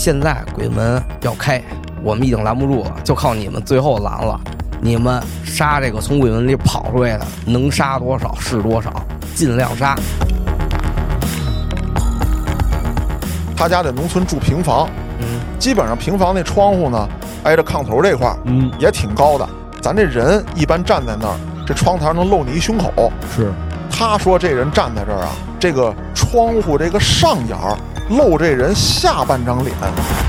现在鬼门要开，我们已经拦不住了，就靠你们最后拦了。你们杀这个从鬼门里跑出来的，能杀多少是多少，尽量杀。 他家在农村住平房，基本上平房那窗户呢挨着炕头这块，也挺高的。咱这人一般站在那儿，这窗台能露你一胸口。 是， 他说这人站在这儿啊，这个窗户这个上沿露这人下半张脸。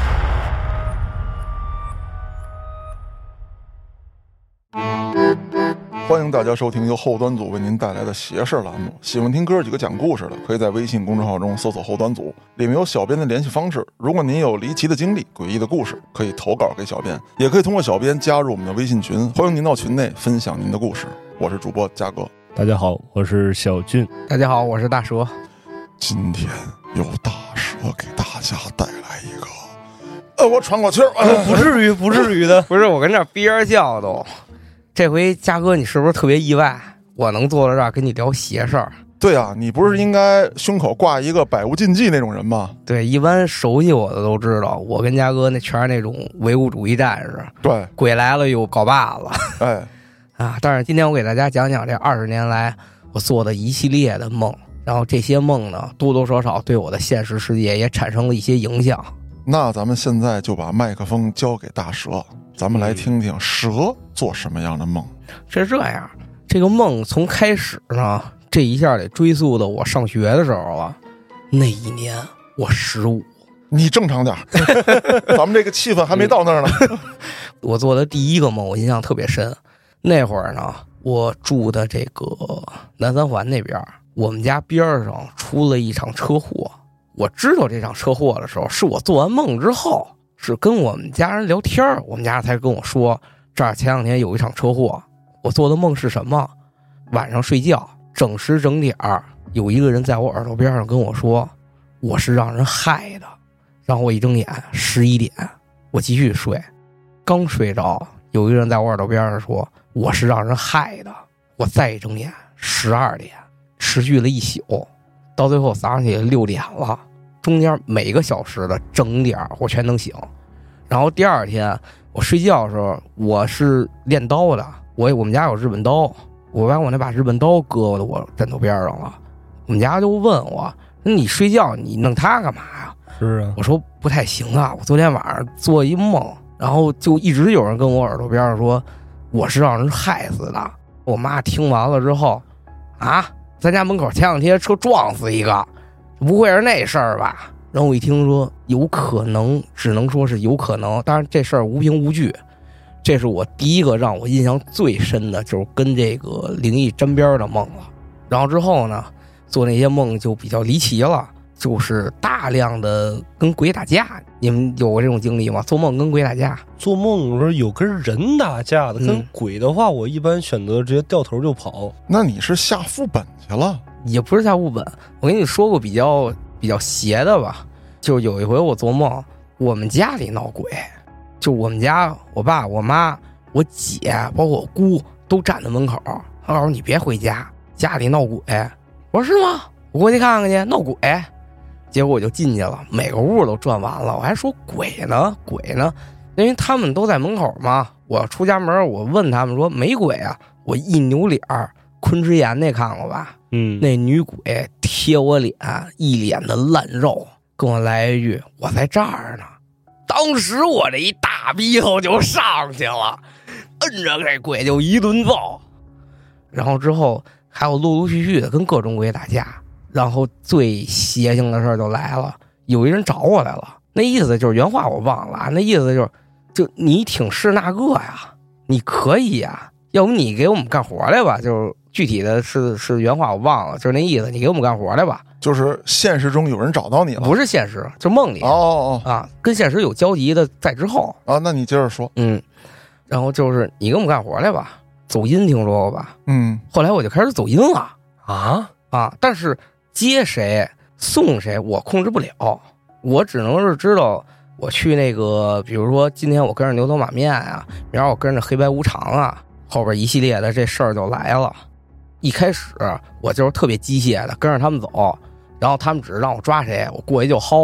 欢迎大家收听由后端组为您带来的邪事栏目。喜欢听哥几个讲故事的，可以在微信公众号中搜索后端组，里面有小编的联系方式。如果您有离奇的经历、诡异的故事，可以投稿给小编，也可以通过小编加入我们的微信群，欢迎您到群内分享您的故事。我是主播嘉哥。 大家好，我是小俊。 大家好，我是大蛇。 今天由大蛇给大家带来一个，我喘口气儿， 不至于的， 不是我跟这儿憋着叫都。这回嘉哥，你是不是特别意外？我能坐到这儿跟你聊邪事儿？ 对啊，你不是应该胸口挂一个百无禁忌那种人吗？ 对，一般熟悉我的都知道，我跟嘉哥那全是那种唯物主义战士。 对， 鬼来了有镐把子。 哎， 啊！但是今天我给大家讲讲这20年来我做的一系列的梦，然后这些梦呢，多多少少对我的现实世界也产生了一些影响。 那咱们现在就把麦克风交给大蛇，咱们来听听蛇做什么样的梦。 是这样，这个梦从开始呢，这一下得追溯到我上学的时候了。那一年我15， 你正常点咱们这个气氛还没到那儿呢。 我做的第一个梦我印象特别深。那会儿呢，我住的这个南三环那边，我们家边上出了一场车祸。我知道这场车祸的时候，是我做完梦之后，是跟我们家人聊天，我们家人才跟我说，这儿前2天有一场车祸。我做的梦是什么？晚上睡觉整时整点有一个人在我耳朵边上跟我说，我是让人害的。然后我一睁眼11点，我继续睡，刚睡着，有一个人在我耳朵边上说，我是让人害的。我再一睁眼12点，持续了一宿，到最后早上起来6点了，中间每个小时的整点我全能醒。然后第2天我睡觉的时候，我是练刀的，我们家有日本刀，我把我那把日本刀搁到我枕头边上了。我们家就问我，你睡觉你弄它干嘛呀？ 是啊， 我说不太行啊，我昨天晚上做一梦，然后就一直有人跟我耳朵边上说我是让人害死的。我妈听完了之后，啊，咱家门口前2天车撞死一个，不会是那事儿吧？然后我一听说有可能，只能说是有可能，当然这事儿无凭无据。这是我第一个让我印象最深的，就是跟这个灵异沾边的梦了。然后之后呢，做那些梦就比较离奇了，就是大量的跟鬼打架。你们有过这种经历吗？做梦跟鬼打架？ 做梦说有跟人打架的，跟鬼的话，我一般选择直接掉头就跑。 那你是下副本去了？ 也不是下副本，我跟你说过比较邪的吧。就有一回我做梦，我们家里闹鬼，就我们家我爸我妈我姐包括我姑都站在门口，他说你别回家，家里闹鬼。我说是吗？我过去看看去，闹鬼。结果我就进去了，每个屋都转完了，我还说鬼呢，因为他们都在门口嘛。我出家门，我问他们说没鬼啊，我一扭脸，昆池岩那看过吧？那女鬼贴我脸，一脸的烂肉，跟我来一句我在这儿呢。当时我这一大鼻头就上去了，摁着这鬼就一顿揍。然后之后还有陆陆续续的跟各种鬼打架。然后最邪性的事儿就来了，有一人找我来了，那意思就是原话我忘了，那意思就你挺是那个呀，你可以呀，要不你给我们干活来吧，就是具体的是原话我忘了，就是那意思，你给我们干活来吧。 就是现实中有人找到你了？ 不是现实，就梦里。啊，跟现实有交集的在之后啊。那你接着说。 然后就是你给我们干活来吧，走阴听说过吧？后来我就开始走阴了啊，但是接谁送谁我控制不了，我只能是知道我去那个，比如说今天我跟着牛头马面啊，明儿我跟着黑白无常啊，后边一系列的这事儿就来了。一开始我就是特别机械的跟着他们走，然后他们只是让我抓谁我过去就薅，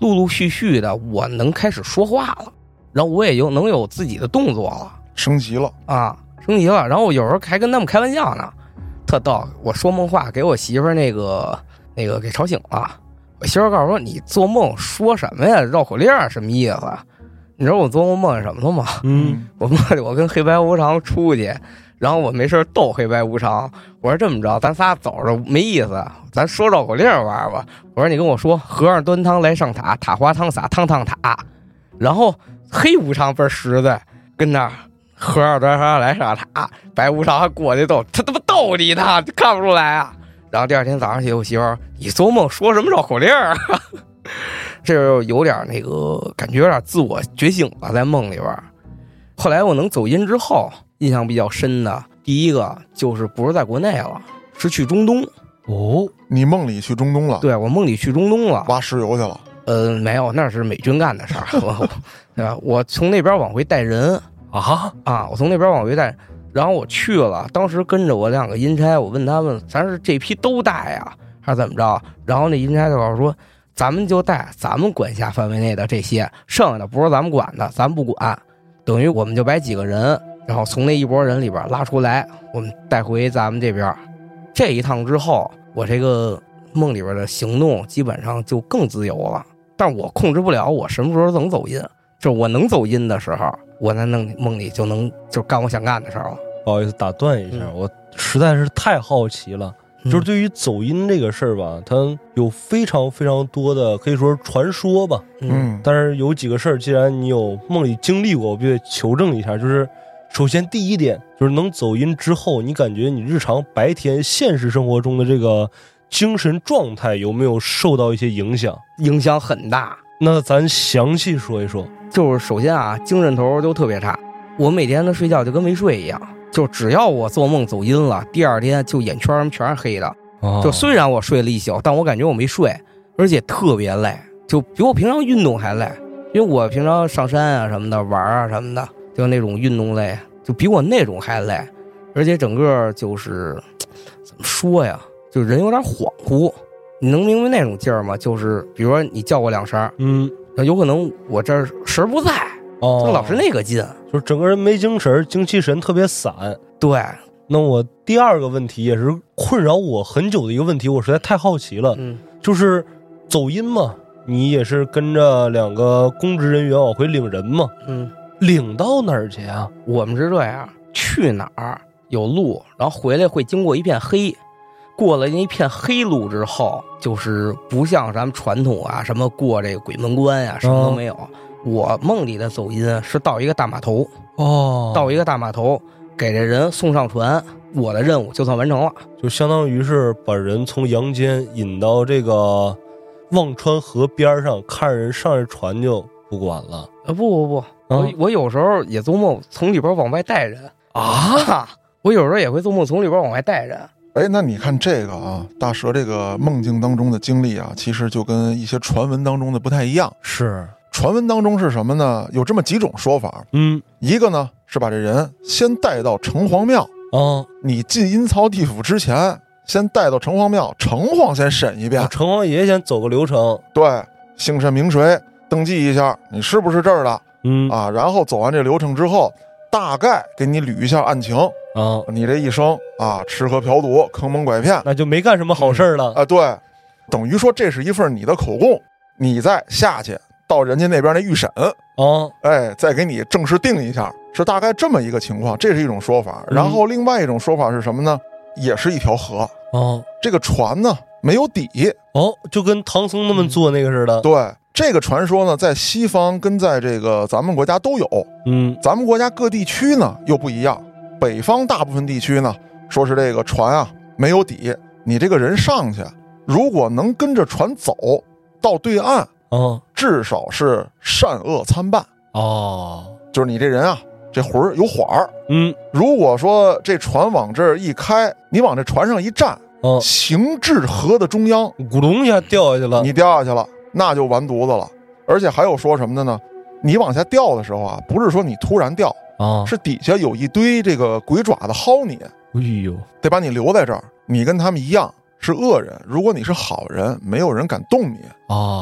陆陆续续的我能开始说话了，然后我也能有自己的动作了， 升级了啊，升级了。然后我有时候还跟他们开玩笑呢，特逗。我说梦话给我媳妇儿那个给吵醒了。我媳妇儿告诉我说：“你做梦说什么呀？绕口令什么意思？”你知道我做梦梦见什么了吗？我梦见我跟黑白无常出去，然后我没事逗黑白无常，我说这么着，咱仨走着没意思，咱说绕口令玩吧。我说你跟我说和尚端汤来上塔，塔滑汤洒汤烫塔。然后黑无常倍儿实在，跟那儿和尚端汤来上塔，白无常还过去逗他，他妈逗你呢，看不出来啊。然后第二天早上起，我媳妇儿，你做梦说什么绕口令啊？这就有点那个感觉，有点自我觉醒了，在梦里边。后来我能走阴之后，印象比较深的第一个就是不是在国内了，是去中东。 哦，你梦里去中东了？ 对，我梦里去中东了， 挖石油去了。 没有，那是美军干的事儿。对吧？我从那边往回带人我从那边往回带，然后我去了，当时跟着我2个阴差，我问他们，咱是这批都带呀，还是怎么着？然后那阴差就告诉说，咱们就带咱们管辖范围内的这些，剩下的不是咱们管的，咱们不管。等于我们就摆几个人，然后从那一拨人里边拉出来，我们带回咱们这边。这一趟之后，我这个梦里边的行动基本上就更自由了，但我控制不了我什么时候能走阴。就是我能走阴的时候，我在梦里就能就干我想干的事儿了。 不好意思打断一下，我实在是太好奇了。就是对于走阴这个事儿吧，它有非常非常多的可以说是传说吧。但是有几个事儿，既然你有梦里经历过，我必须求证一下。就是首先第一点，就是能走阴之后，你感觉你日常白天现实生活中的这个精神状态有没有受到一些影响？ 影响很大。 那咱详细说一说。 就是首先啊，精神头就特别差，我每天的睡觉就跟没睡一样。就只要我做梦走阴了，第二天就眼圈全是黑的。就虽然我睡了一宿，但我感觉我没睡，而且特别累，就比我平常运动还累。因为我平常上山啊什么的，玩啊什么的，就那种运动类，就比我那种还累。而且整个就是怎么说呀，就人有点恍惚。你能明白那种劲儿吗？就是比如说你叫我2声，有可能我这神不在。就老是那个劲， 就是整个人没精神，精气神特别散。 对， 那我第二个问题也是困扰我很久的一个问题，我实在太好奇了。就是走阴嘛，你也是跟着2个公职人员往回领人嘛。领到哪儿去啊？ 我们是这样，去哪儿有路，然后回来会经过一片黑。过了那片黑路之后，就是不像咱们传统啊，什么过这个鬼门关啊，什么都没有。我梦里的走阴是到一个大码头，到一个大码头，给这人送上船，我的任务就算完成了。 就相当于是把人从阳间引到这个忘川河边上，看人上这船就不管了。 不，我有时候也做梦从里边往外带人啊，我有时候也会做梦从里边往外带人。 那你看这个啊，大蛇这个梦境当中的经历啊，其实就跟一些传闻当中的不太一样。 是。 传闻当中是什么呢？有这么几种说法。一个呢是把这人先带到城隍庙。你进阴曹地府之前，先带到城隍庙，城隍先审一遍。 城隍爷先走个流程。 对，姓甚名谁，登记一下，你是不是这儿的？然后走完这流程之后，大概给你捋一下案情。你这一生啊，吃喝嫖赌，坑蒙拐骗， 那就没干什么好事了。 对，等于说这是一份你的口供，你再下去。到人家那边的预审再给你正式定一下，是大概这么一个情况，这是一种说法。然后另外一种说法是什么呢？也是一条河这个船呢没有底就跟唐僧他们做那个似的。 对，这个传说呢在西方跟在这个咱们国家都有。咱们国家各地区呢又不一样，北方大部分地区呢说是这个船啊没有底，你这个人上去如果能跟着船走到对岸至少是善恶参半就是你这人啊，这魂儿有缓儿。如果说这船往这儿一开，你往这船上一站，行至河的中央， 咕咚一下掉下去了， 你掉下去了，那就完犊子了。而且还有说什么的呢？你往下掉的时候啊，不是说你突然掉是底下有一堆这个鬼爪子薅你，得把你留在这儿。你跟他们一样是恶人，如果你是好人，没有人敢动你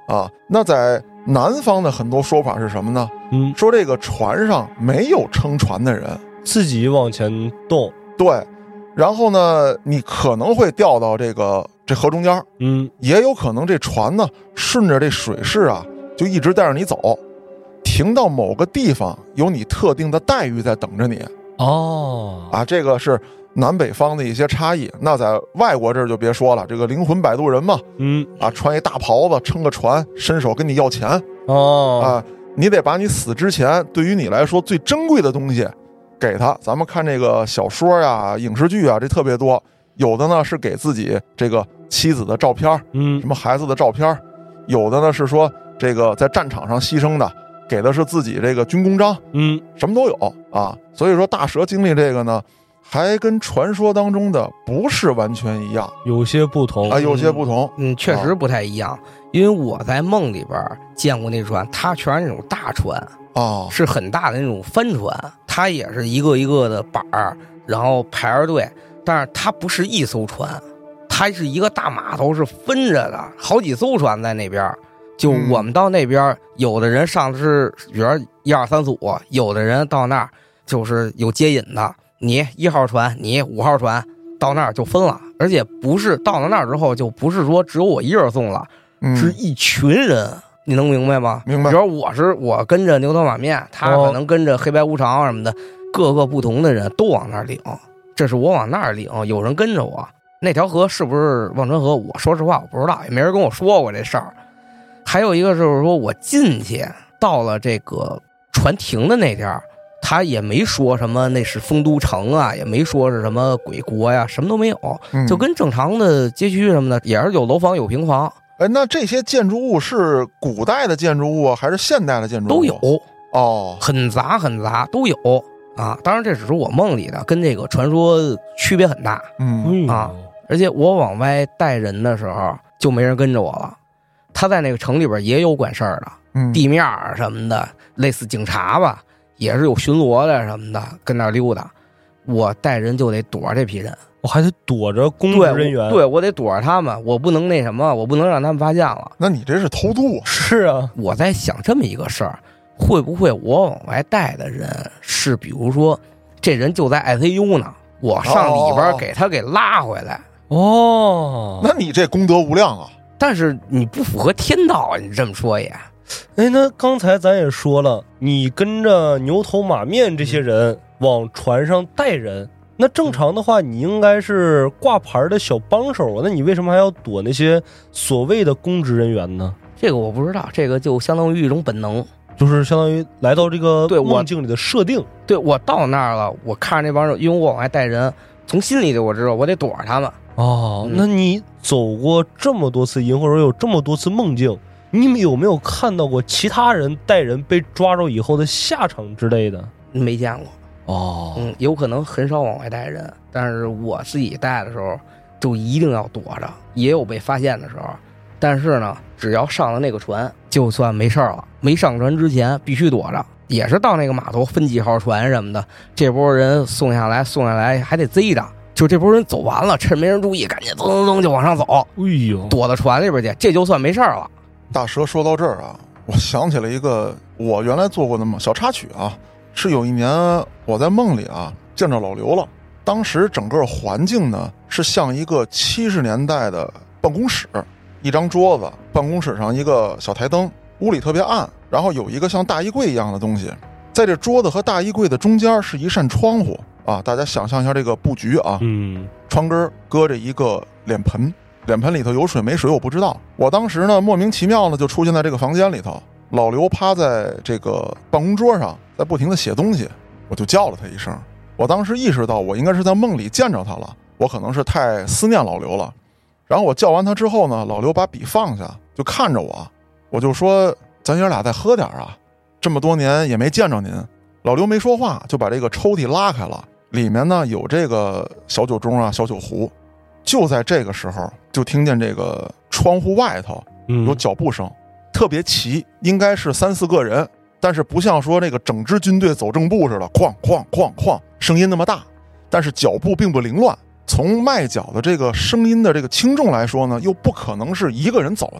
啊。那在南方的很多说法是什么呢？说这个船上没有撑船的人， 自己往前动。 对，然后呢，你可能会掉到这河中间，也有可能这船呢顺着这水势啊，就一直带着你走，停到某个地方，有你特定的待遇在等着你。这个是南北方的一些差异。那在外国这儿就别说了，这个灵魂摆渡人嘛，穿一大袍子，撑个船，伸手跟你要钱。你得把你死之前对于你来说最珍贵的东西给他。咱们看这个小说呀、影视剧啊，这特别多。有的呢是给自己这个妻子的照片，什么孩子的照片；有的呢是说这个在战场上牺牲的，给的是自己这个军功章，什么都有啊。所以说大蛇经历这个呢，还跟传说当中的不是完全一样， 有些不同啊，有些不同。 确实不太一样。因为我在梦里边见过那船，它全是那种大船是很大的那种帆船，它也是一个一个的板儿，然后排着队。但是它不是一艘船，它是一个大码头，是分着的，好几艘船在那边。就我们到那边，有的人上的是比如1、2、3、4、5，有的人到那儿就是有接引的，你1号船，你5号船，到那儿就分了。而且不是到了那儿之后，就不是说只有我一人送了，是一群人。你能明白吗？ 明白。 比如我跟着牛头马面，他可能跟着黑白无常什么的，各个不同的人都往那儿领。这是我往那儿领，有人跟着我。那条河是不是忘川河？我说实话我不知道，也没人跟我说过这事儿。还有一个就是说我进去到了这个船停的那天，他也没说什么那是丰都城啊，也没说是什么鬼国呀，什么都没有，就跟正常的街区什么的，也是有楼房有平房。 那这些建筑物是古代的建筑物啊，还是现代的建筑物？ 都有很杂很杂都有啊。当然这只是我梦里的，跟这个传说区别很大。而且我往外带人的时候就没人跟着我了。他在那个城里边也有管事儿的，地面什么的，类似警察吧，也是有巡逻的什么的，跟那儿溜达。我带人就得躲着这批人， 我还得躲着公职人员。 对，我得躲着他们，我不能那什么，我不能让他们发现了。 那你这是偷渡？ 是啊， 我在想这么一个事儿，会不会我往外带的人是，比如说这人就在 ICU 呢，我上里边给他给拉回来。 那你这功德无量啊！ 但是你不符合天道啊，你这么说也。 那刚才咱也说了，你跟着牛头马面这些人往船上带人，那正常的话你应该是挂牌的小帮手啊，那你为什么还要躲那些所谓的公职人员呢？ 这个我不知道，这个就相当于一种本能， 就是相当于来到这个梦境里的设定。 对，我到那儿了，我看着那帮人，因为我往外带人，从心里的我知道我得躲着他们。 那你走过这么多次阴，或者说有这么多次梦境，你们有没有看到过其他人带人被抓住以后的下场之类的？ 没见过。有可能很少往外带人，但是我自己带的时候就一定要躲着，也有被发现的时候。但是呢，只要上了那个船，就算没事了。没上船之前必须躲着，也是到那个码头分几号船什么的，这波人送下来还得贼着。就这波人走完了，趁没人注意，赶紧噔就往上走。躲到船里边去，这就算没事了。 大蛇说到这儿啊，我想起了一个我原来做过的梦小插曲啊，是有一年我在梦里啊见着老刘了。当时整个环境呢是像一个70年代的办公室，一张桌子，办公室上一个小台灯，屋里特别暗，然后有一个像大衣柜一样的东西，在这桌子和大衣柜的中间是一扇窗户啊，大家想象一下这个布局啊，窗根搁着一个脸盆，脸盆里头有水没水我不知道。我当时呢莫名其妙呢就出现在这个房间里头，老刘趴在这个办公桌上在不停的写东西，我就叫了他一声。我当时意识到我应该是在梦里见着他了，我可能是太思念老刘了。然后我叫完他之后呢，老刘把笔放下就看着我，我就说咱爷俩再喝点啊，这么多年也没见着您。老刘没说话，就把这个抽屉拉开了，里面呢有这个小酒盅啊小酒壶。就在这个时候就听见这个窗户外头有脚步声，特别齐，应该是3、4个人，但是不像说那个整支军队走正步似的哐哐哐哐声音那么大，但是脚步并不凌乱。从迈脚的这个声音的这个轻重来说呢，又不可能是一个人走的，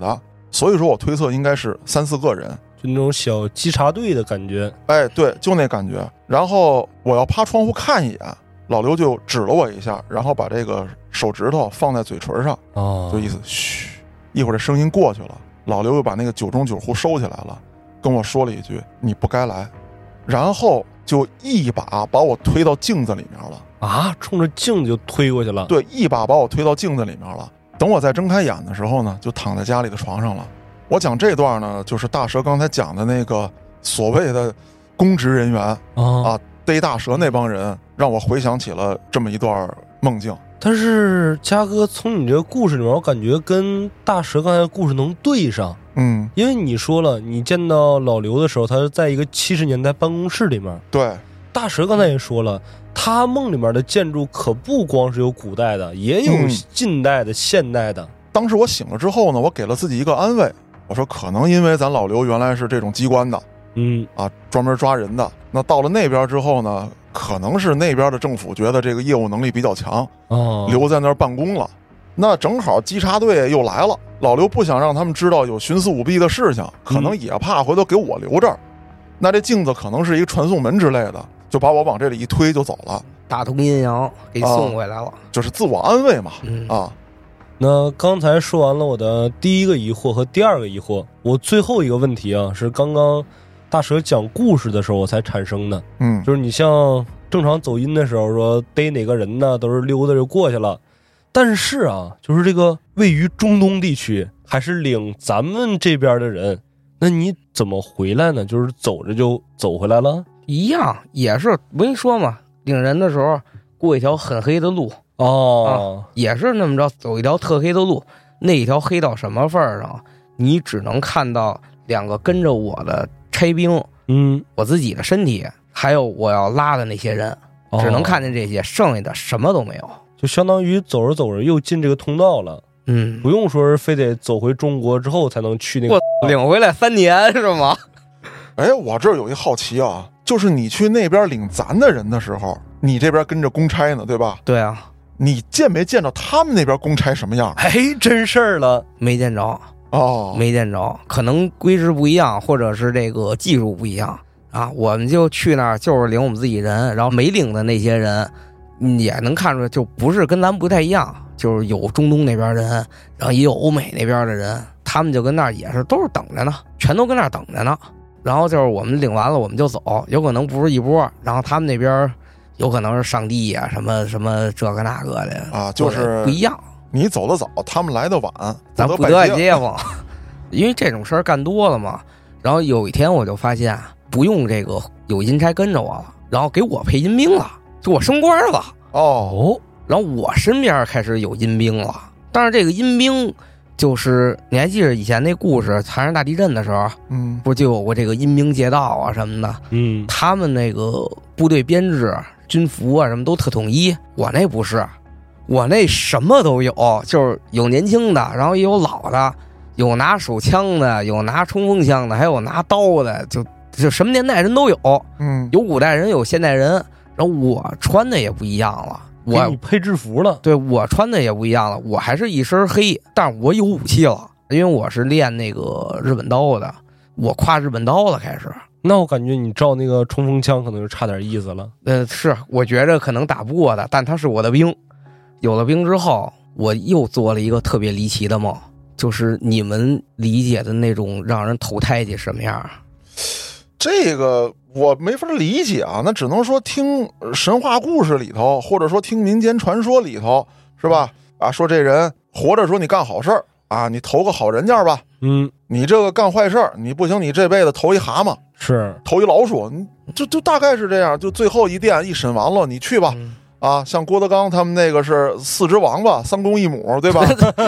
所以说我推测应该是3、4个人， 就那种小稽查队的感觉。 哎，对，就那感觉。然后我要趴窗户看一眼，老刘就指了我一下，然后把这个手指头放在嘴唇上，就意思嘘。一会儿这声音过去了，老刘又把那个9中9壶收起来了，跟我说了一句你不该来，然后就一把把我推到镜子里面了啊！冲着镜子就推过去了。 对，一把把我推到镜子里面了。等我再睁开眼的时候呢，就躺在家里的床上了。我讲这段呢，就是大蛇刚才讲的那个所谓的公职人员啊，逮大蛇那帮人，让我回想起了这么一段梦境。 但是嘉哥，从你这个故事里面，我感觉跟大蛇刚才的故事能对上。因为你说了，你见到老刘的时候，他是在一个70年代办公室里面。 对， 大蛇刚才也说了，他梦里面的建筑可不光是有古代的，也有近代的、现代的。 当时我醒了之后呢，我给了自己一个安慰，我说可能因为咱老刘原来是这种机关的，专门抓人的。那到了那边之后呢，可能是那边的政府觉得这个业务能力比较强，留在那儿办公了。那正好稽查队又来了，老刘不想让他们知道有徇私舞弊的事情，可能也怕回头给我留这儿。那这镜子可能是一个传送门之类的，就把我往这里一推就走了， 大同阴阳给送回来了， 就是自我安慰嘛。 那刚才说完了我的第一个疑惑和第二个疑惑，我最后一个问题啊，是刚刚大蛇讲故事的时候我才产生的。就是你像正常走音的时候说逮哪个人呢，都是溜达就过去了。但是啊，就是这个位于中东地区，还是领咱们这边的人，那你怎么回来呢？就是走着就走回来了？ 一样，也是我跟你说嘛，领人的时候过一条很黑的路也是那么着走一条特黑的路，那一条黑到什么份儿上，你只能看到2个跟着我的差兵，我自己的身体，还有我要拉的那些人，只能看见这些，剩下的什么都没有。 就相当于走着走着又进这个通道了，不用说是非得走回中国之后才能去那个。 我领回来3年是吗？ 哎，我这儿有一好奇啊，就是你去那边领咱的人的时候，你这边跟着公差呢，对吧？ 对啊。 你见没见着他们那边公差什么样？ 哎，真事儿了， 没见着没见着，可能规制不一样，或者是这个技术不一样啊。我们就去那儿就是领我们自己人，然后没领的那些人。也能看出来，就不是跟咱不太一样，就是有中东那边人，然后也有欧美那边的人，他们就跟那儿也是都是等着呢，全都跟那儿等着呢。然后就是我们领完了我们就走，有可能不是一波，然后他们那边有可能是上帝呀、什么什么这个那个的啊，就是不一样。 你走得早，他们来的晚， 咱不得街坊。因为这种事儿干多了嘛。然后有一天我就发现不用这个有阴差跟着我了，然后给我配阴兵了。就我升官了然后我身边开始有阴兵了，但是这个阴兵就是你还记得以前那故事唐山大地震的时候，不就有过这个阴兵劫道啊什么的，他们那个部队编制、军服啊什么都特统一，我那不是，我那什么都有，就是有年轻的，然后也有老的，有拿手枪的，有拿冲锋枪的，还有拿刀的，就什么年代人都有，有古代人，有现代人。然后我穿的也不一样了， 你配制服了， 对，我穿的也不一样了，我还是一身黑，但是我有武器了，因为我是练那个日本刀的，我挎日本刀了开始。 那我感觉你照那个冲锋枪可能就差点意思了。 是，我觉着可能打不过的，但他是我的兵。有了兵之后，我又做了一个特别离奇的梦，就是你们理解的那种让人投胎去什么样？ 这个我没法理解啊，那只能说听神话故事里头，或者说听民间传说里头，是吧？啊，说这人活着说你干好事儿啊，你投个好人家吧，你这个干坏事儿，你不行，你这辈子投一蛤蟆， 是投一老鼠，就大概是这样。就最后一殿一审完了，你去吧，啊，像郭德纲他们那个是4只王八3公1母，对吧？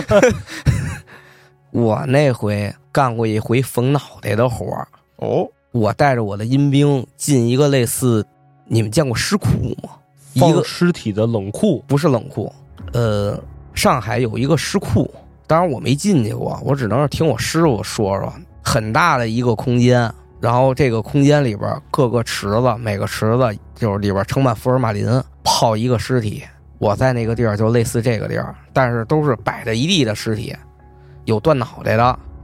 我那回干过一回缝脑袋的活儿我带着我的阴兵进一个类似，你们见过尸库吗？ 一个尸体的冷库， 不是冷库。上海有一个尸库，当然我没进去过，我只能是听我师傅说说。很大的一个空间，然后这个空间里边各个池子，每个池子就是里边盛满福尔马林，泡一个尸体。我在那个地儿就类似这个地儿，但是都是摆着一地的尸体，有断脑袋的，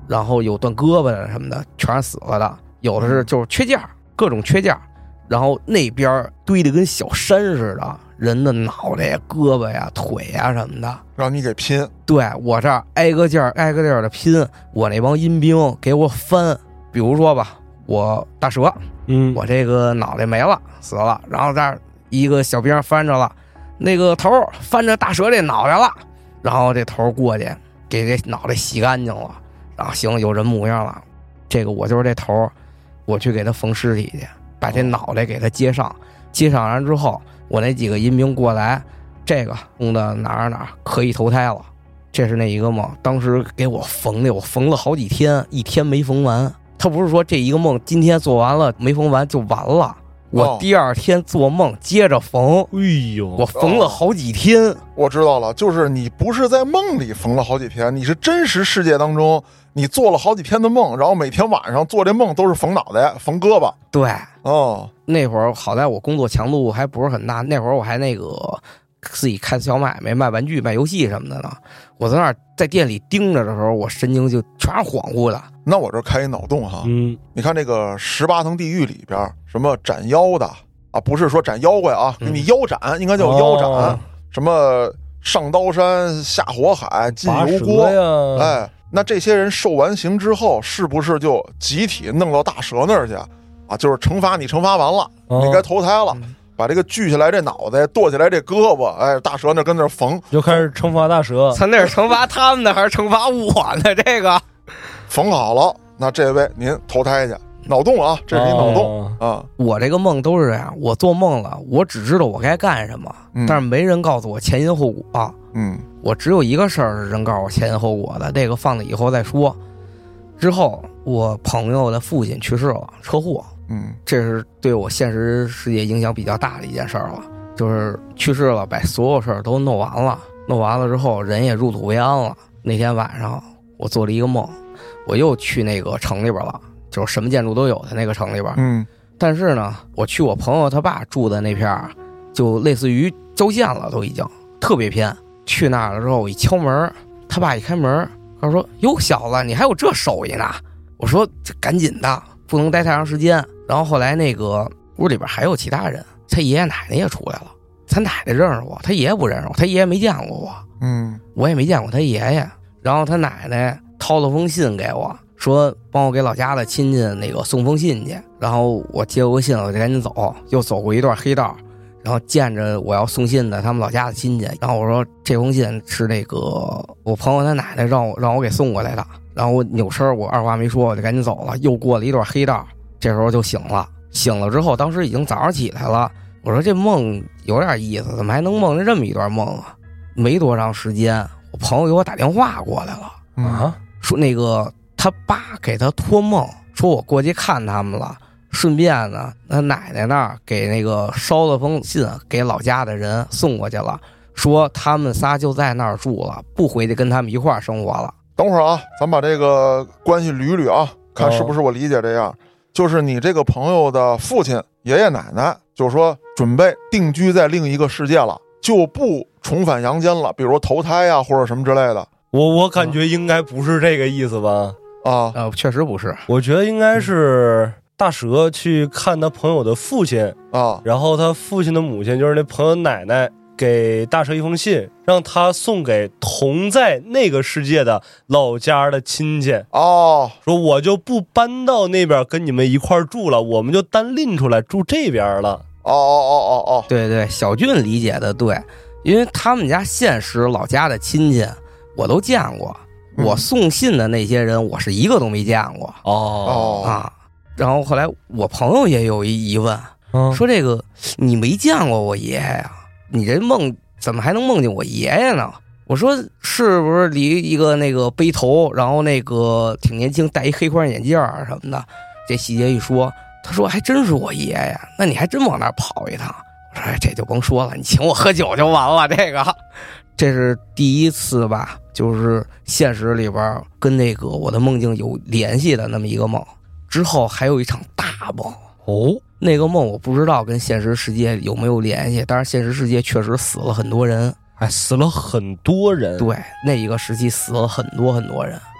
然后有断胳膊的什么的，全是死了的，有的是就是缺件，各种缺件。然后那边堆得跟小山似的，人的脑袋呀、胳膊呀、腿呀什么的， 让你给拼。 对，我这儿挨个件的拼，我那帮阴兵给我翻。比如说吧，我大蛇，我这个脑袋没了，死了，然后这儿一个小兵翻着了，那个头翻着大蛇这脑袋了，然后这头过去给这脑袋洗干净了，然后行，有人模样了，这个我就是这头，我去给他缝尸体去，把这脑袋给他接上完之后，我那几个阴兵过来，这个弄到哪可以投胎了。这是那一个梦，当时给我缝的，我缝了好几天，一天没缝完。他不是说这一个梦今天做完了没缝完就完了，我第二天做梦接着缝。 哎呦， 我缝了好几天。 我知道了，就是你不是在梦里缝了好几天，你是真实世界当中你做了好几天的梦，然后每天晚上做这梦都是缝脑袋、缝胳膊。 对， 那会儿好在我工作强度还不是很大，那会儿我还那个自己开小买卖，卖玩具、卖游戏什么的呢。我在那儿在店里盯着的时候，我神经就全是恍惚的。 那我这开一脑洞哈，你看这个18层地狱里边，什么斩妖的啊，不是说斩妖怪啊，给你腰斩，应该叫腰斩，什么上刀山、下火海、进油锅呀，哎，那这些人受完刑之后，是不是就集体弄到大蛇那儿去啊？就是惩罚你，惩罚完了，你该投胎了。把这个锯下来这脑袋，剁下来这胳膊，哎，大蛇那跟那缝， 就开始惩罚大蛇。 咱那是惩罚他们的还是惩罚我呢？这个缝好了，那这位您投胎去。脑洞啊，这是一脑洞啊！ 我这个梦都是这样，我做梦了，我只知道我该干什么，但是没人告诉我前因后果。我只有一个事儿是人告诉我前因后果的，这个放在以后再说。之后我朋友的父亲去世了，车祸。这是对我现实世界影响比较大的一件事儿了，就是去世了，把所有事儿都弄完了之后，人也入土为安了。那天晚上我做了一个梦，我又去那个城里边了，就是什么建筑都有的那个城里边。但是呢，我去我朋友他爸住的那片就类似于郊县了，都已经特别偏。去那儿了之后，我一敲门，他爸一开门，他说：“哟，小子，你还有这手艺呢？”我说：“这赶紧的，不能待太长时间。”然后后来那个屋里边还有其他人，他爷爷奶奶也出来了。他奶奶认识我，他爷爷不认识我，他爷爷没见过我，我也没见过他爷爷。然后他奶奶掏了封信给我，说帮我给老家的亲戚那个送封信去。然后我接过信，我就赶紧走，又走过一段黑道，然后见着我要送信的他们老家的亲戚。然后我说这封信是那个我朋友他奶奶让我给送过来的。然后我扭身，我二话没说，我就赶紧走了。又过了一段黑道。这时候就醒了之后，当时已经早上起来了。我说这梦有点意思，怎么还能梦见这么一段梦啊？没多长时间，我朋友给我打电话过来了，说那个他爸给他托梦，说我过去看他们了，顺便呢，他奶奶那儿给那个捎了封信给老家的人送过去了，说他们仨就在那儿住了，不回去跟他们一块儿生活了。 等会儿啊，咱把这个关系捋捋啊，看是不是我理解这样。就是你这个朋友的父亲、爷爷奶奶，就是说准备定居在另一个世界了，就不重返阳间了，比如投胎呀，或者什么之类的。 我感觉应该不是这个意思吧？ 确实不是。 我觉得应该是大蛇去看他朋友的父亲啊， 然后他父亲的母亲就是那朋友奶奶给大蛇一封信，让他送给同在那个世界的老家的亲戚说我就不搬到那边跟你们一块住了，我们就单拎出来住这边了。 对对，小俊理解的对，因为他们家现实老家的亲戚我都见过，我送信的那些人我是一个都没见过。然后后来我朋友也有一疑问，说这个你没见过我爷爷呀？你这梦怎么还能梦见我爷爷呢？我说是不是理一个那个背头，然后那个挺年轻，戴一黑框眼镜什么的。这细节一说，他说还真是我爷爷，那你还真往那儿跑一趟。我说这就甭说了，你请我喝酒就完了。这是第一次吧，就是现实里边跟那个我的梦境有联系的那么一个梦。之后还有一场大梦那个梦我不知道跟现实世界有没有联系，但是现实世界确实死了很多人， 死了很多人。 对，那一个时期死了很多很多人。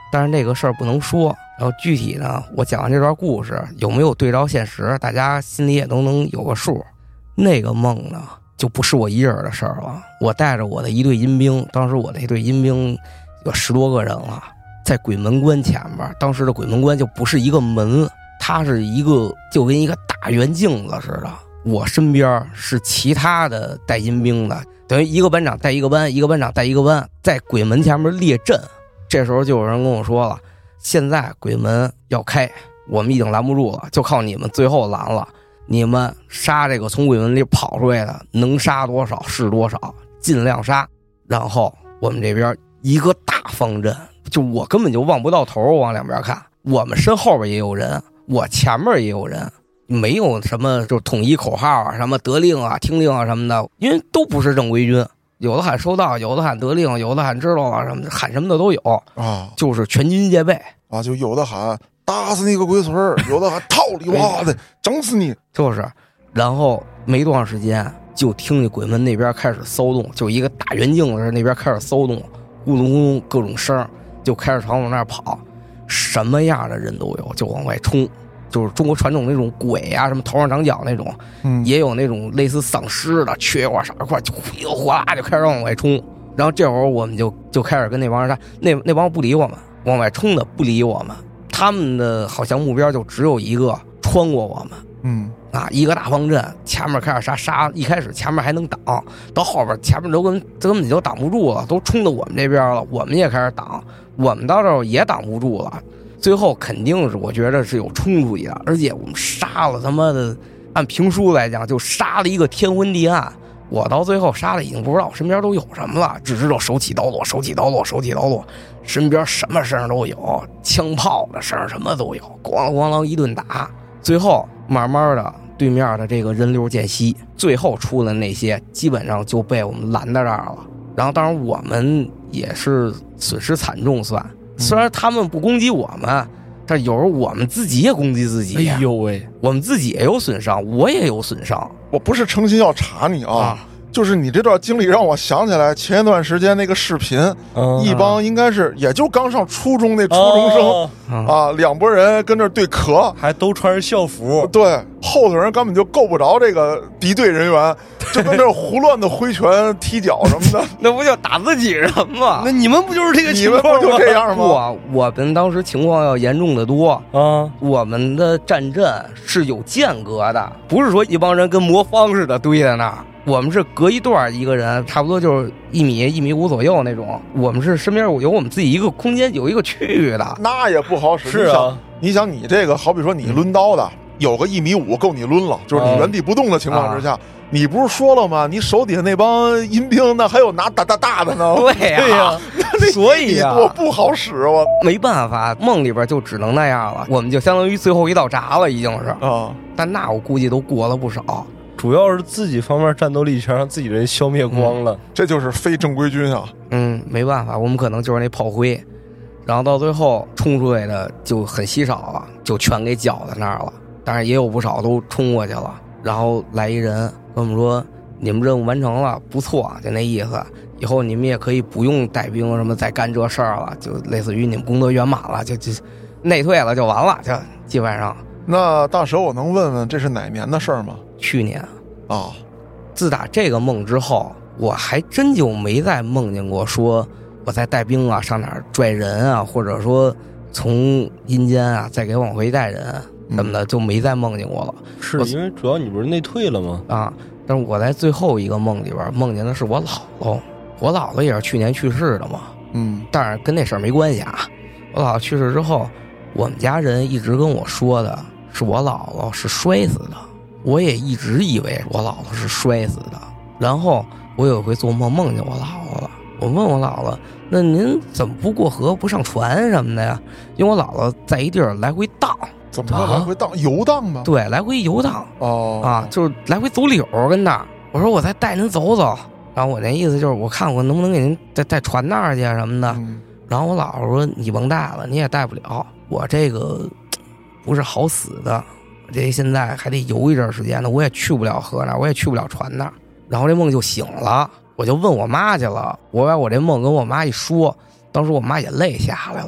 但是那个事儿不能说。然后具体呢，我讲完这段故事有没有对照现实，大家心里也都能有个数。那个梦呢，就不是我一人的事儿了。我带着我的一队阴兵，当时我的一队阴兵有10多个人了，在鬼门关前面。当时的鬼门关就不是一个门，它是一个就跟一个大圆镜子似的。我身边是其他的带阴兵的，等于一个班长带一个班，一个班长带一个班，在鬼门前面列阵。这时候就有人跟我说了，现在鬼门要开，我们已经拦不住了，就靠你们最后拦了。你们杀这个从鬼门里跑出来的，能杀多少是多少，尽量杀。然后我们这边一个大方阵，就我根本就望不到头，往两边看，我们身后边也有人，我前面也有人，没有什么就统一口号啊，什么得令啊、听令啊什么的，因为都不是正规军，有的喊收到，有的喊得令，有的喊知道了，什么喊什么的都有啊，就是全军戒备啊，就有的喊打死你个龟孙儿，有的喊操你妈的，整死你， 就是。然后没多长时间，就听见鬼门那边开始骚动，就一个大圆镜子那边开始骚动，咕隆咕隆各种声，就开始朝我那儿跑，什么样的人都有，就往外冲。就是中国传统那种鬼啊，什么头上长角那种，也有那种类似丧尸的，缺块少块就呼啦呼啦就开始往外冲。然后这会儿我们就开始跟那帮人说，那帮不理我们，往外冲的不理我们，他们的好像目标就只有一个，穿过我们。一个大方阵，前面开始杀，一开始前面还能挡，到后边前面根本就挡不住了，都冲到我们这边了，我们也开始挡，我们到这儿也挡不住了。最后肯定是我觉得是有冲出去的，而且我们杀了他妈的，按评书来讲就杀了一个天昏地暗。我到最后杀了已经不知道身边都有什么了，只知道手起刀落，手起刀落，手起刀落，身边什么声都有，枪炮的声什么都有，咣啷咣啷一顿打。最后慢慢的对面的这个人流渐稀，最后出了那些基本上就被我们拦在这儿了。然后当然我们也是损失惨重算，虽然他们不攻击我们，但有时候我们自己也攻击自己。 哎呦喂， 我们自己也有损伤，我也有损伤。 我不是诚心要查你啊，就是你这段经历让我想起来前一段时间那个视频，一帮应该是也就刚上初中那初中生啊，两拨人跟这对壳， 还都穿着校服， 对，后头人根本就够不着这个敌对人员，就跟这胡乱的挥拳踢脚什么的， 那不就打自己人吗？ 那你们不就是这个情况吗？ 你们不就这样吗？ 我们当时情况要严重的多啊，我们的战阵是有间隔的，不是说一帮人跟魔方似的堆在那儿。我们是隔一段一个人，差不多就是1米、1.5米左右那种。我们是身边有我们自己一个空间，有一个区域的， 那也不好使。 是啊， 你想你这个，好比说你抡刀的，有个1.5米够你抡了，就是你原地不动的情况之下，你不是说了吗？你手底下那帮阴兵，那还有拿大的呢。 对呀，所以呀， 我不好使，我没办法，梦里边就只能那样了。我们就相当于最后一道闸了，已经是啊。但那我估计都过了不少。 主要是自己方面战斗力全让自己人消灭光了， 这就是非正规军啊。 没办法，我们可能就是那炮灰，然后到最后冲出来的就很稀少了，就全给搅在那儿了。当然也有不少都冲过去了。然后来一人跟我们说，你们任务完成了，不错，就那意思。以后你们也可以不用带兵什么再干这事儿了，就类似于你们功德圆满了，就内退了就完了，就基本上。 那大蛇，我能问问这是哪年的事儿吗？ 去年啊。 自打这个梦之后，我还真就没再梦见过说我在带兵啊上哪儿拽人啊，或者说从阴间啊再给往回带人什么的，就没再梦见过了。 是因为主要你不是内退了吗？ 啊，但是我在最后一个梦里边梦见的是我姥姥，我姥姥也是去年去世的嘛。但是跟那事儿没关系啊。我姥姥去世之后，我们家人一直跟我说的是我姥姥是摔死的，我也一直以为我姥姥是摔死的。然后我有一回做梦梦见我姥姥了，我问我姥姥，那您怎么不过河不上船什么的呀？因为我姥姥在一地儿来回荡。 怎么来回荡？游荡吗？ 对，来回游荡。就是来回走柳跟那儿。我说我再带您走走，然后我那意思就是我看我能不能给您带船那儿去什么的。然后我姥姥说你甭带了，你也带不了，我这个不是好死的，这现在还得游一阵时间呢，我也去不了河那儿，我也去不了船那儿。然后这梦就醒了，我就问我妈去了，我把我这梦跟我妈一说，当时我妈眼泪下来了。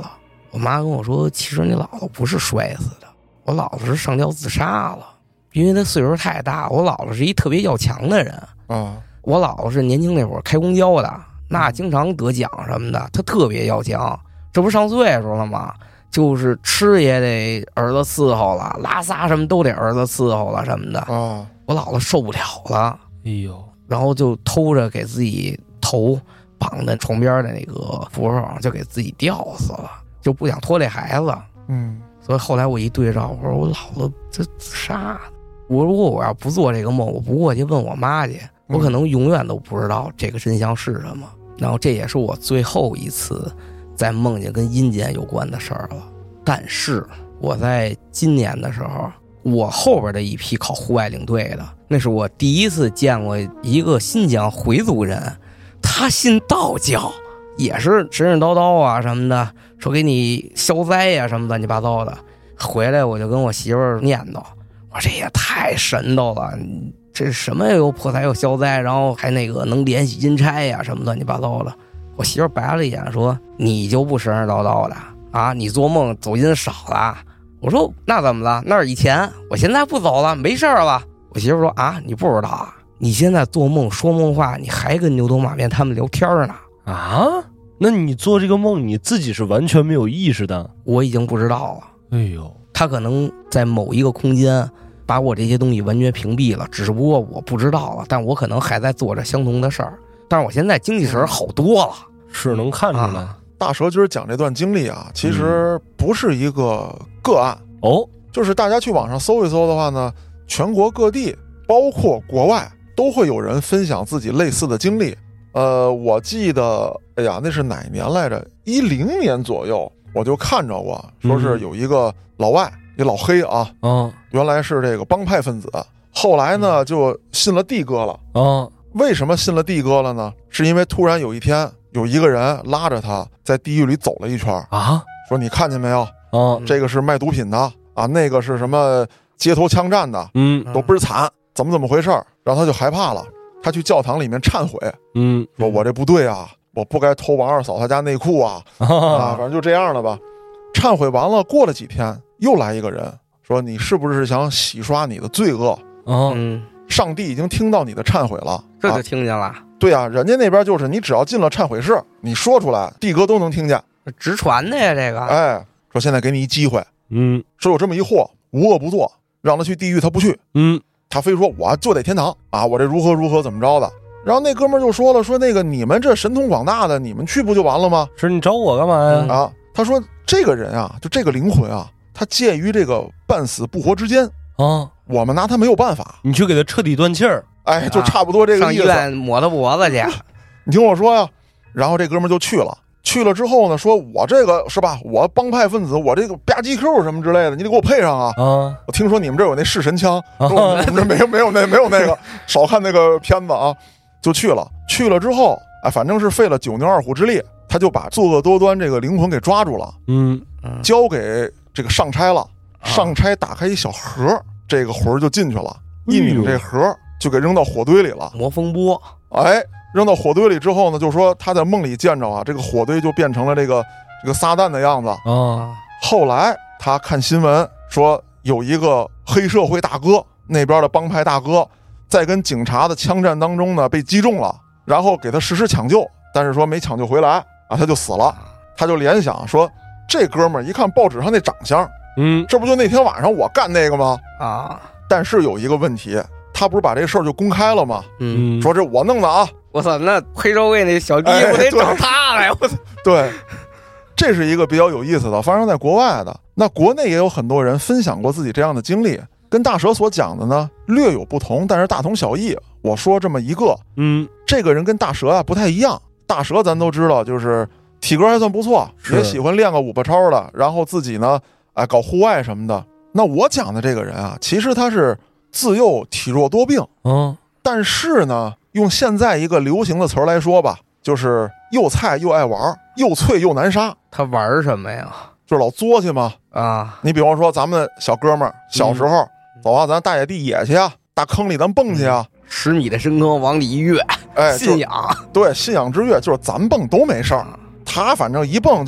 我妈跟我说，其实你姥姥不是摔死的，我姥姥是上吊自杀了，因为她岁数太大。我姥姥是一特别要强的人啊， 我姥姥是年轻那会儿开公交的，那经常得奖什么的，她特别要强。这不上岁数了吗？就是吃也得儿子伺候了，拉撒什么都得儿子伺候了什么的啊。 我姥姥受不了了， 哎呦， 然后就偷着给自己头绑在床边的那个扶手上，就给自己吊死了，就不想拖累孩子。所以后来我一对照，我说我姥姥这自杀的。我如果我要不做这个梦，我不过去问我妈去，我可能永远都不知道这个真相是什么。然后这也是我最后一次在梦见跟阴间有关的事儿了。但是我在今年的时候，我后边的一批考户外领队的，那是我第一次见过一个新疆回族人，他信道教，也是神神叨叨啊什么的，说给你消灾呀什么乱七八糟的。回来我就跟我媳妇儿念叨，我说这也太神叨了，这什么又破财又消灾，然后还那个能联系阴差呀什么乱七八糟的。我媳妇儿白了一眼说，你就不神神叨叨的啊？你做梦走阴少了？我说那怎么了？那是以前，我现在不走了，没事了。我媳妇说啊，你不知道啊？你现在做梦说梦话，你还跟牛头马面他们聊天呢啊？那你做这个梦，你自己是完全没有意识的？ 我已经不知道了。 哎呦， 他可能在某一个空间把我这些东西完全屏蔽了，只不过我不知道了，但我可能还在做着相同的事儿。但是我现在精气神好多了， 是能看出来。 大蛇今儿讲这段经历啊，其实不是一个个案哦， 就是大家去网上搜一搜的话呢，全国各地包括国外都会有人分享自己类似的经历。我记得，哎呀，那是哪年来着？10年左右，我就看着过，说是有一个老外，一老黑啊，原来是这个帮派分子，后来呢就信了地哥了。为什么信了地哥了呢？是因为突然有一天，有一个人拉着他在地狱里走了一圈啊，说你看见没有？这个是卖毒品的啊，那个是什么街头枪战的，都倍儿惨，怎么回事？然后他就害怕了，他去教堂里面忏悔，说我这不对啊，我不该偷王二嫂他家内裤啊，反正就这样了吧。忏悔完了，过了几天，又来一个人说，你是不是想洗刷你的罪恶？上帝已经听到你的忏悔了， 这就听见了。 对啊，人家那边就是你只要进了忏悔室，你说出来，地哥都能听见， 直传的呀。这个， 哎，说现在给你一机会，说有这么一货无恶不作，让他去地狱他不去，他非说我就得天堂啊，我这如何怎么着的。然后那哥们就说了，说那个你们这神通广大的，你们去不就完了吗？ 是你找我干嘛呀？ 啊，他说这个人啊，就这个灵魂啊，他介于这个半死不活之间啊，我们拿他没有办法， 你去给他彻底断气儿。 哎，就差不多这个意思。 上医院抹他脖子去。 你听我说呀，然后这哥们就去了之后呢，说我这个是吧，我帮派分子，我这个吧唧 Q 什么之类的，你得给我配上啊。我听说你们这有那弑神枪，我们这没有那个，少看那个片子啊。就去了之后，哎，反正是费了9牛2虎之力，他就把作恶多端这个灵魂给抓住了，交给这个上差了。上差打开一小盒，这个魂就进去了，一拧这盒就给扔到火堆里了。 魔风波， 哎，扔到火堆里之后呢，就说他在梦里见着啊，这个火堆就变成了这个撒旦的样子啊。后来他看新闻说，有一个黑社会大哥，那边的帮派大哥，在跟警察的枪战当中呢被击中了，然后给他实施抢救，但是说没抢救回来啊，他就死了。他就联想说，这哥们儿一看报纸上那长相，这不就那天晚上我干那个吗？啊！但是有一个问题，他不是把这事儿就公开了吗？说这我弄的啊！ 我操，那黑社会那小弟我得找他来！我操！ 对，这是一个比较有意思的，发生在国外的。那国内也有很多人分享过自己这样的经历，跟大蛇所讲的呢略有不同，但是大同小异。我说这么一个，这个人跟大蛇啊不太一样。大蛇咱都知道，就是体格还算不错，也喜欢练个五八超的，然后自己呢，哎，搞户外什么的。那我讲的这个人啊，其实他是自幼体弱多病，但是呢，用现在一个流行的词儿来说吧，就是又菜又爱玩，又脆又难杀。 他玩什么呀？ 就是老作去嘛。啊，你比方说咱们小哥们儿小时候，走啊，咱大野地野去啊，大坑里咱蹦去啊 ，10米的深坑往里一跃， 哎， 信仰， 对，信仰之跃，就是咱蹦都没事儿。他反正一蹦就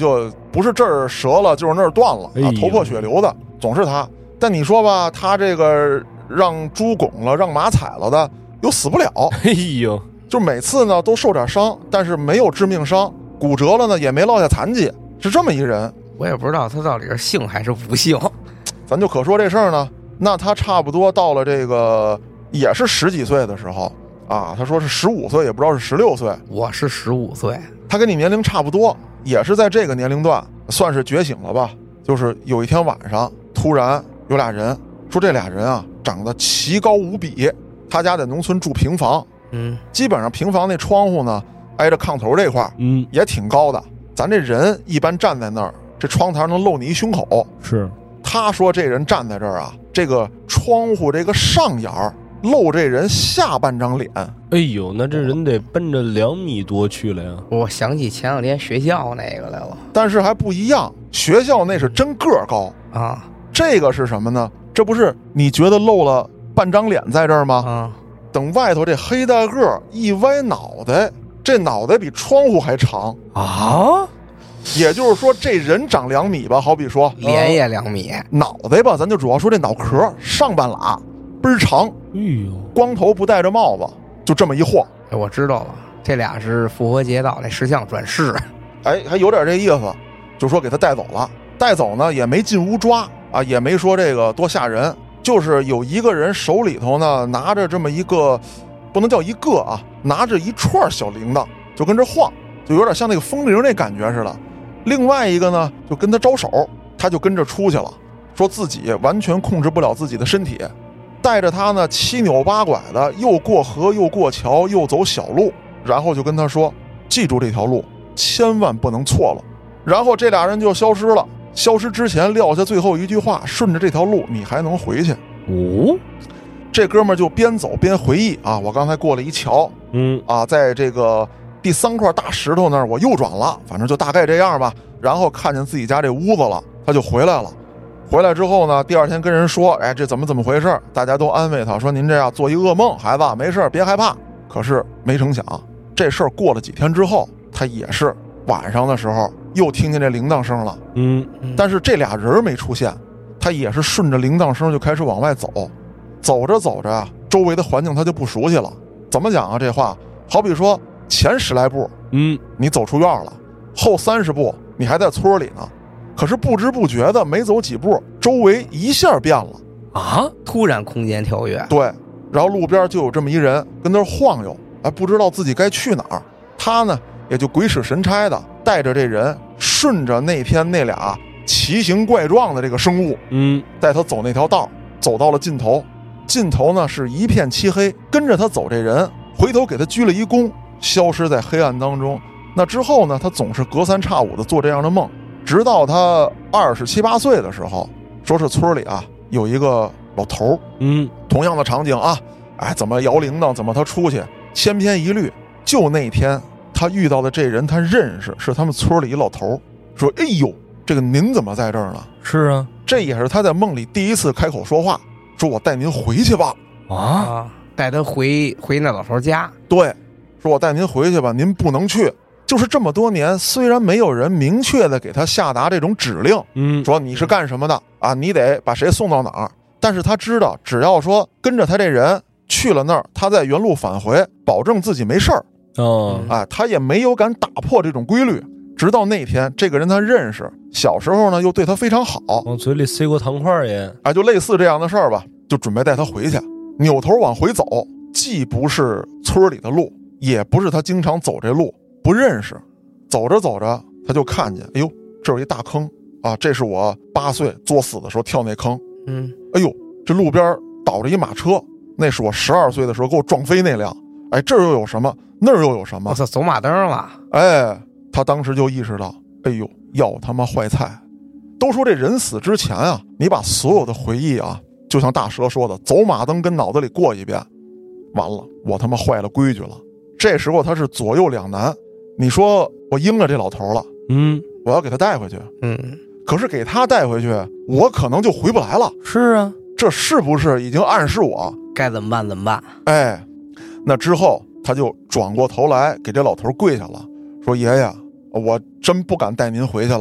不是这儿折了就是那儿断了啊，头破血流的总是他。但你说吧，他这个让猪拱了，让马踩了的又死不了。 哎呦， 就每次呢都受点伤，但是没有致命伤，骨折了呢也没落下残疾，是这么一人。 我也不知道他到底是幸还是不幸。 咱就可说这事儿呢，那他差不多到了这个也是10几岁的时候啊，他说是15岁，也不知道是16岁。 我是15岁， 他跟你年龄差不多，也是在这个年龄段算是觉醒了吧。就是有一天晚上，突然有俩人说，这俩人啊长得奇高无比。他家在农村住平房，基本上平房那窗户呢挨着炕头这块，也挺高的。咱这人一般站在那儿，这窗台能露你一胸口。 是， 他说这人站在这儿啊，这个窗户这个上沿露这人下半张脸。 哎呦，那这人得奔着2米多去了呀！ 我想起前2天学校那个来了， 但是还不一样，学校那是真个儿高啊， 这个是什么呢？这不是你觉得露了半张脸在这儿吗？ 啊， 等外头这黑大个一歪脑袋，这脑袋比窗户还长啊！ 也就是说，这人长2米吧，好比说脸也2米， 脑袋吧，咱就主要说这脑壳上半拉倍儿长。 哎呦， 光头不戴着帽子，就这么一晃。 哎，我知道了，这俩是复活节岛那石像转世。 哎，还有点这意思，就说给他带走了。带走呢也没进屋抓啊，也没说这个多吓人，就是有一个人手里头呢拿着这么一个，不能叫一个啊，拿着一串小铃铛，就跟这晃，就有点像那个风铃那感觉似的。另外一个呢就跟他招手，他就跟着出去了，说自己完全控制不了自己的身体，带着他呢7扭8拐的，又过河又过桥又走小路，然后就跟他说，记住这条路千万不能错了。然后这俩人就消失了，消失之前撂下最后一句话，顺着这条路你还能回去。 哦， 这哥们儿就边走边回忆啊，我刚才过了一桥，在这个第3块大石头那儿我右转了，反正就大概这样吧。然后看见自己家这屋子了，他就回来了。回来之后呢，第2天跟人说，哎，这怎么回事？大家都安慰他说，您这样做一噩梦，孩子没事别害怕。可是没成想，这事儿过了几天之后，他也是晚上的时候又听见这铃铛声了。但是这俩人没出现，他也是顺着铃铛声就开始往外走。走着走着啊，周围的环境他就不熟悉了。怎么讲啊？这话好比说前10来步，你走出院了，后30步你还在村里呢。可是不知不觉的没走几步，周围一下变了啊！突然空间跳跃。 对，然后路边就有这么一人跟那儿晃悠，哎，不知道自己该去哪儿。他呢也就鬼使神差的带着这人顺着那天那俩奇形怪状的这个生物，带他走那条道，走到了尽头。尽头呢是一片漆黑，跟着他走这人回头给他鞠了一躬，消失在黑暗当中。那之后呢，他总是隔3差5的做这样的梦，直到他27、28岁的时候，说是村里啊有一个老头，同样的场景啊，哎，怎么摇铃铛，怎么他出去，千篇一律。就那天他遇到的这人，他认识，是他们村里一老头，说：“哎呦，这个您怎么在这儿呢？” 是啊， 这也是他在梦里第一次开口说话，说：“我带您回去吧。” 啊，带他回那老头家。 对，说我带您回去吧，您不能去。就是这么多年，虽然没有人明确的给他下达这种指令，说你是干什么的啊，你得把谁送到哪儿，但是他知道，只要说跟着他这人去了那儿，他在原路返回，保证自己没事儿。他也没有敢打破这种规律。直到那天，这个人他认识，小时候呢又对他非常好， 往嘴里塞过糖块也， 就类似这样的事儿吧，就准备带他回去。扭头往回走，既不是村里的路，也不是他经常走这路，不认识。走着走着，他就看见，哎呦，这有一大坑啊！这是我8岁作死的时候跳那坑。哎呦，这路边倒着一马车，那是我12岁的时候给我撞飞那辆。哎，这儿又有什么？那儿又有什么？ 我操，走马灯了！ 哎，他当时就意识到，哎呦，要他妈坏菜！都说这人死之前啊，你把所有的回忆啊，就像大蛇说的，走马灯跟脑子里过一遍。完了，我他妈坏了规矩了。这时候他是左右两难。你说我应了这老头了，我要给他带回去，可是给他带回去，我可能就回不来了。 是啊， 这是不是已经暗示我该怎么办怎么办？ 哎，那之后他就转过头来给这老头跪下了，说：“爷爷，我真不敢带您回去了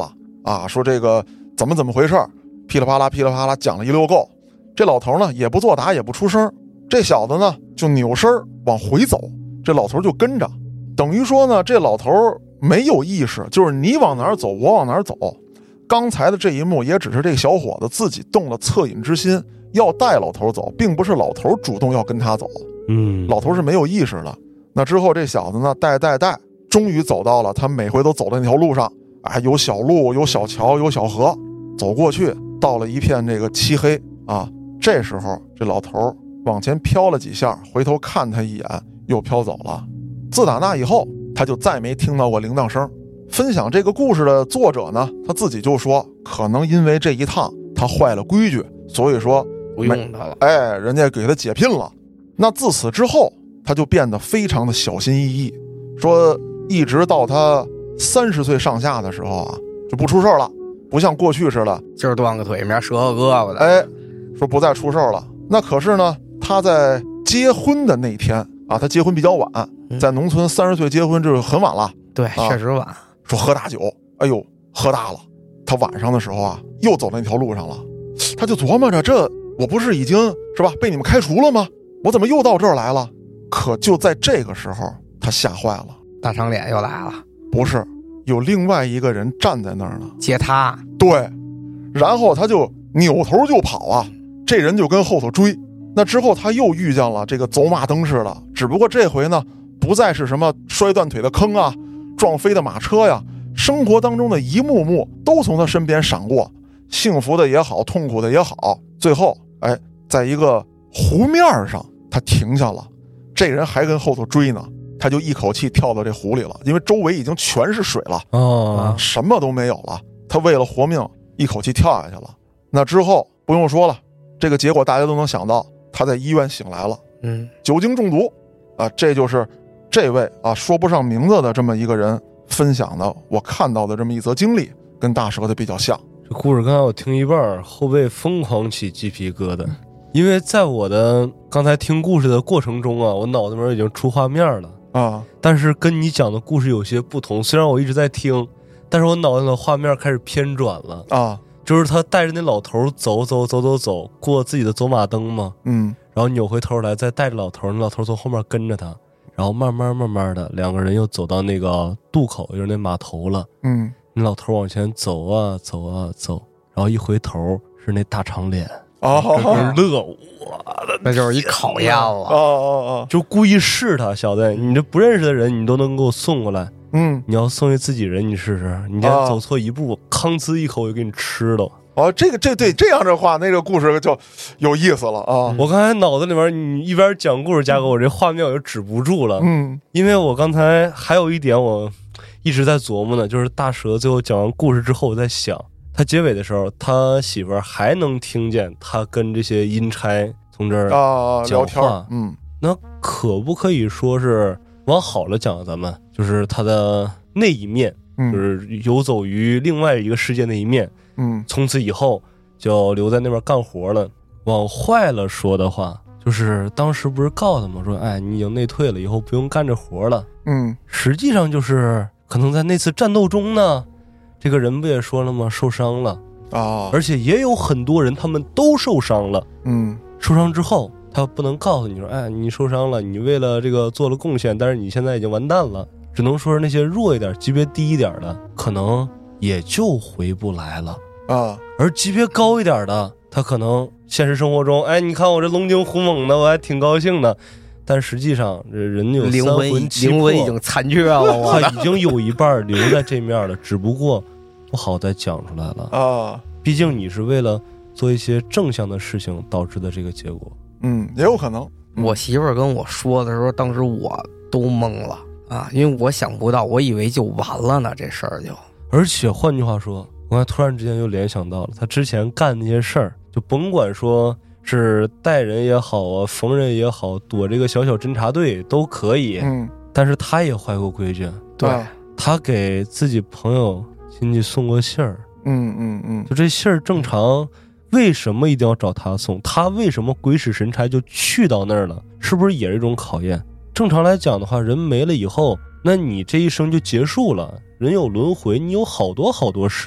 啊，说这个怎么回事，噼里啪啦噼里啪啦讲了一溜够。这老头呢也不作答也不出声，这小子呢就扭身往回走，这老头就跟着，等于说呢这老头没有意识，就是你往哪儿走我往哪儿走。刚才的这一幕也只是这个小伙子自己动了恻隐之心，要带老头走，并不是老头主动要跟他走。老头是没有意识的。那之后这小子呢带，终于走到了他每回都走的那条路上，有小路有小桥有小河，走过去到了一片这个漆黑啊。这时候这老头往前飘了几下，回头看他一眼，又飘走了。自打那以后他就再没听到过铃铛声。分享这个故事的作者呢，他自己就说，可能因为这一趟他坏了规矩，所以说不用他了， 人家给他解聘了。那自此之后他就变得非常的小心翼翼，说一直到他30岁上下的时候啊，就不出事了，不像过去似的今儿断个腿明儿折个胳膊的， 说不再出事了。那可是呢他在结婚的那天啊，他结婚比较晚，在农村30岁结婚就是很晚了， 对，确实晚。 说喝大酒，喝大了。他晚上的时候啊，又走那条路上了。他就琢磨着，这我不是已经是吧被你们开除了吗？我怎么又到这儿来了？可就在这个时候，他吓坏了。 大长脸又来了， 不是，有另外一个人站在那儿呢， 接他。 对，然后他就扭头就跑啊，这人就跟后头追。那之后他又遇见了这个走马灯似的，只不过这回呢，不再是什么摔断腿的坑啊，撞飞的马车呀，生活当中的一幕幕都从他身边闪过，幸福的也好，痛苦的也好，最后在一个湖面上他停下了，这人还跟后头追呢，他就一口气跳到这湖里了，因为周围已经全是水了，什么都没有了，他为了活命一口气跳下去了。那之后不用说了，这个结果大家都能想到，他在医院醒来了，酒精中毒啊，这就是这位啊说不上名字的这么一个人分享的我看到的这么一则经历，跟大蛇的比较像。 这故事刚才我听一半，后背疯狂起鸡皮疙瘩，因为在我的刚才听故事的过程中啊，我脑子里面已经出画面了啊，但是跟你讲的故事有些不同。虽然我一直在听，但是我脑子里的画面开始偏转了啊，就是他带着那老头走过自己的走马灯嘛，然后扭回头来再带着老头，那老头从后面跟着他，然后慢慢的两个人又走到那个渡口，就是那码头了，那老头往前走啊走，然后一回头是那大长脸乐， 那就是一考验了， 就故意试他，小子，你这不认识的人你都能给我送过来，你要送给自己人，你试试，你今天走错一步，吭呲一口就给你吃了。 对，这样的话，那个故事就有意思了啊！ 我刚才脑子里面，你一边讲故事，加给我这画面，我就止不住了。因为我刚才还有一点，我一直在琢磨呢，就是大蛇最后讲完故事之后，我在想，他结尾的时候，他媳妇儿还能听见他跟这些阴差从这儿讲话，那可不可以说是往好了讲？咱们就是他的那一面，就是游走于另外一个世界那一面。从此以后就留在那边干活了。往坏了说的话，就是当时不是告诉他吗？说你已经内退了，以后不用干这活了。实际上就是可能在那次战斗中呢，这个人不也说了吗？受伤了啊，而且也有很多人他们都受伤了。受伤之后他不能告诉你说你受伤了，你为了这个做了贡献，但是你现在已经完蛋了。只能说是那些弱一点级别低一点的可能也就回不来了而级别高一点的，他可能现实生活中，你看我这龙精虎猛的，我还挺高兴的，但实际上这人有三魂七魄， 灵魂已经残缺了， 他已经有一半留在这面了，只不过不好再讲出来了毕竟你是为了做一些正向的事情导致的这个结果。 也有可能。 我媳妇儿跟我说的时候，当时我都懵了因为我想不到，我以为就完了呢，这事儿就。 而且换句话说，我还突然之间又联想到了他之前干那些事儿，就甭管说是带人也好啊，缝人也好，躲这个小侦察队都可以但是他也坏过规矩。 对， 他给自己朋友亲戚送过信儿就这信儿正常为什么一定要找他送？他为什么鬼使神差就去到那儿了？是不是也是一种考验？正常来讲的话，人没了以后，那你这一生就结束了，人有轮回，你有好多事，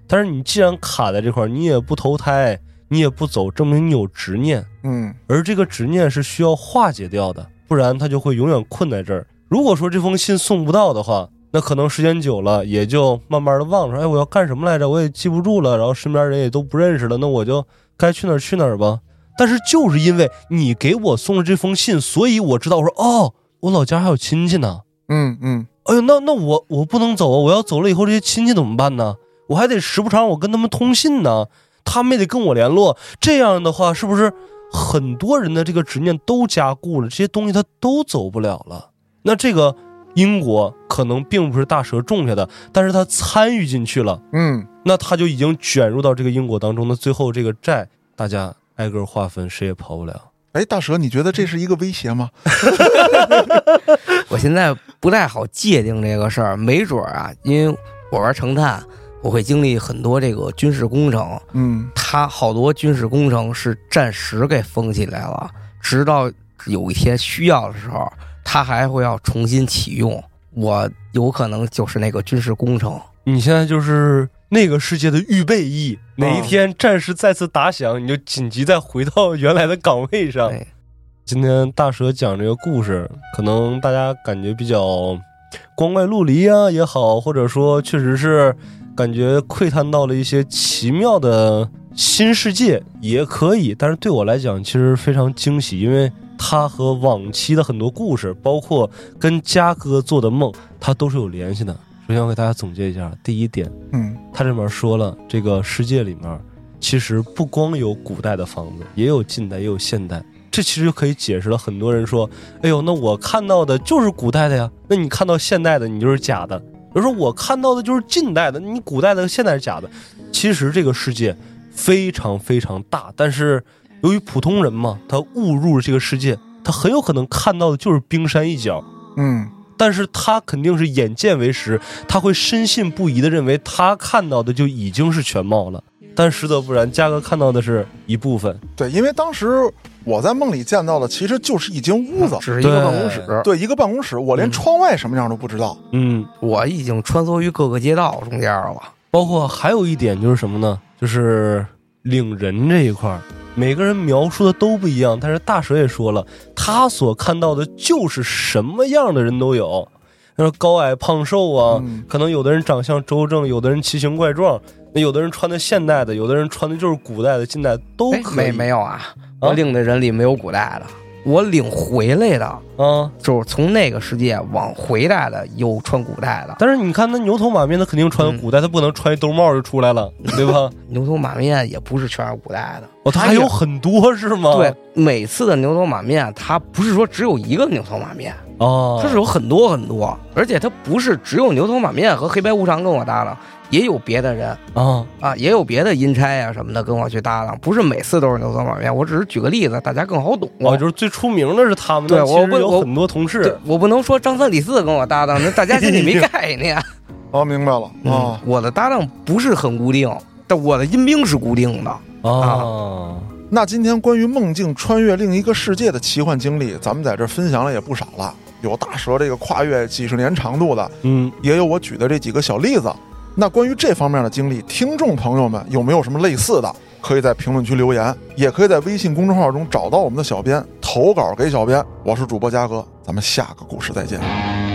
但是你既然卡在这块，你也不投胎，你也不走，证明你有执念。而这个执念是需要化解掉的，不然它就会永远困在这儿。如果说这封信送不到的话，那可能时间久了也就慢慢的忘了，哎，我要干什么来着，我也记不住了，然后身边人也都不认识了，那我就该去哪儿去哪儿吧。但是就是因为你给我送了这封信，所以我知道，我说哦，我老家还有亲戚呢。哎呦，那我不能走啊！我要走了以后，这些亲戚怎么办呢？我还得时不常我跟他们通信呢，他们也得跟我联络。这样的话，是不是很多人的这个执念都加固了，这些东西他都走不了了？那这个因果可能并不是大蛇种下的，但是他参与进去了。那他就已经卷入到这个因果当中的，最后这个债大家挨个划分，谁也跑不了。 哎，大蛇，你觉得这是一个威胁吗？ 我现在不太好界定这个事儿，没准啊，因为我玩成探，我会经历很多这个军事工程。它好多军事工程是暂时给封起来了，直到有一天需要的时候，它还会要重新启用。我有可能就是那个军事工程。 你现在就是那个世界的预备役，哪一天战事再次打响，你就紧急再回到原来的岗位上。今天大蛇讲这个故事，可能大家感觉比较光怪陆离啊也好，或者说确实是感觉窥探到了一些奇妙的新世界也可以，但是对我来讲其实非常惊喜，因为它和往期的很多故事，包括跟嘉哥做的梦，它都是有联系的。首先我给大家总结一下，第一点，他这边说了，这个世界里面其实不光有古代的房子，也有近代也有现代。这其实就可以解释了很多人说，哎呦，那我看到的就是古代的呀，那你看到现代的你就是假的。比如说我看到的就是近代的，你古代的现代是假的。其实这个世界非常非常大，但是由于普通人嘛，他误入这个世界，他很有可能看到的就是冰山一角。但是他肯定是眼见为实，他会深信不疑的认为他看到的就已经是全貌了。但实则不然，嘉哥看到的是一部分。 对，因为当时我在梦里见到的其实就是一间屋子， 只是一个办公室。 对，一个办公室，我连窗外什么样都不知道。 我已经穿梭于各个街道中间了。 包括还有一点就是什么呢？就是领人这一块，每个人描述的都不一样。但是大蛇也说了，他所看到的就是什么样的人都有，高矮胖瘦啊，可能有的人长相周正，有的人奇形怪状，那有的人穿的现代的，有的人穿的就是古代的、近代都可以。 没有啊，我领的人里没有古代的，我领回来的就是从那个世界往回来的有穿古代的。 但是你看那牛头马面，他肯定穿古代，他不能穿一兜帽就出来了，对吧？ 牛头马面也不是全是古代的， 他还有很多是吗？ 对，每次的牛头马面，它不是说只有一个牛头马面。它是有很多很多，而且它不是只有牛头马面和黑白无常跟我搭档，也有别的人也有别的阴差啊什么的跟我去搭档，不是每次都是牛头马面。我只是举个例子，大家更好懂。 就是最出名的是他们， 对， 其实有很多同事， 我不能说张三李四跟我搭档，那大家心里没概念。 明白了我的搭档不是很固定，但我的阴兵是固定的那今天关于梦境穿越另一个世界的奇幻经历，咱们在这分享了也不少了，有大蛇这个跨越几十年长度的，也有我举的这几个小例子。那关于这方面的经历，听众朋友们有没有什么类似的，可以在评论区留言，也可以在微信公众号中找到我们的小编投稿给小编。我是主播嘉哥，咱们下个故事再见。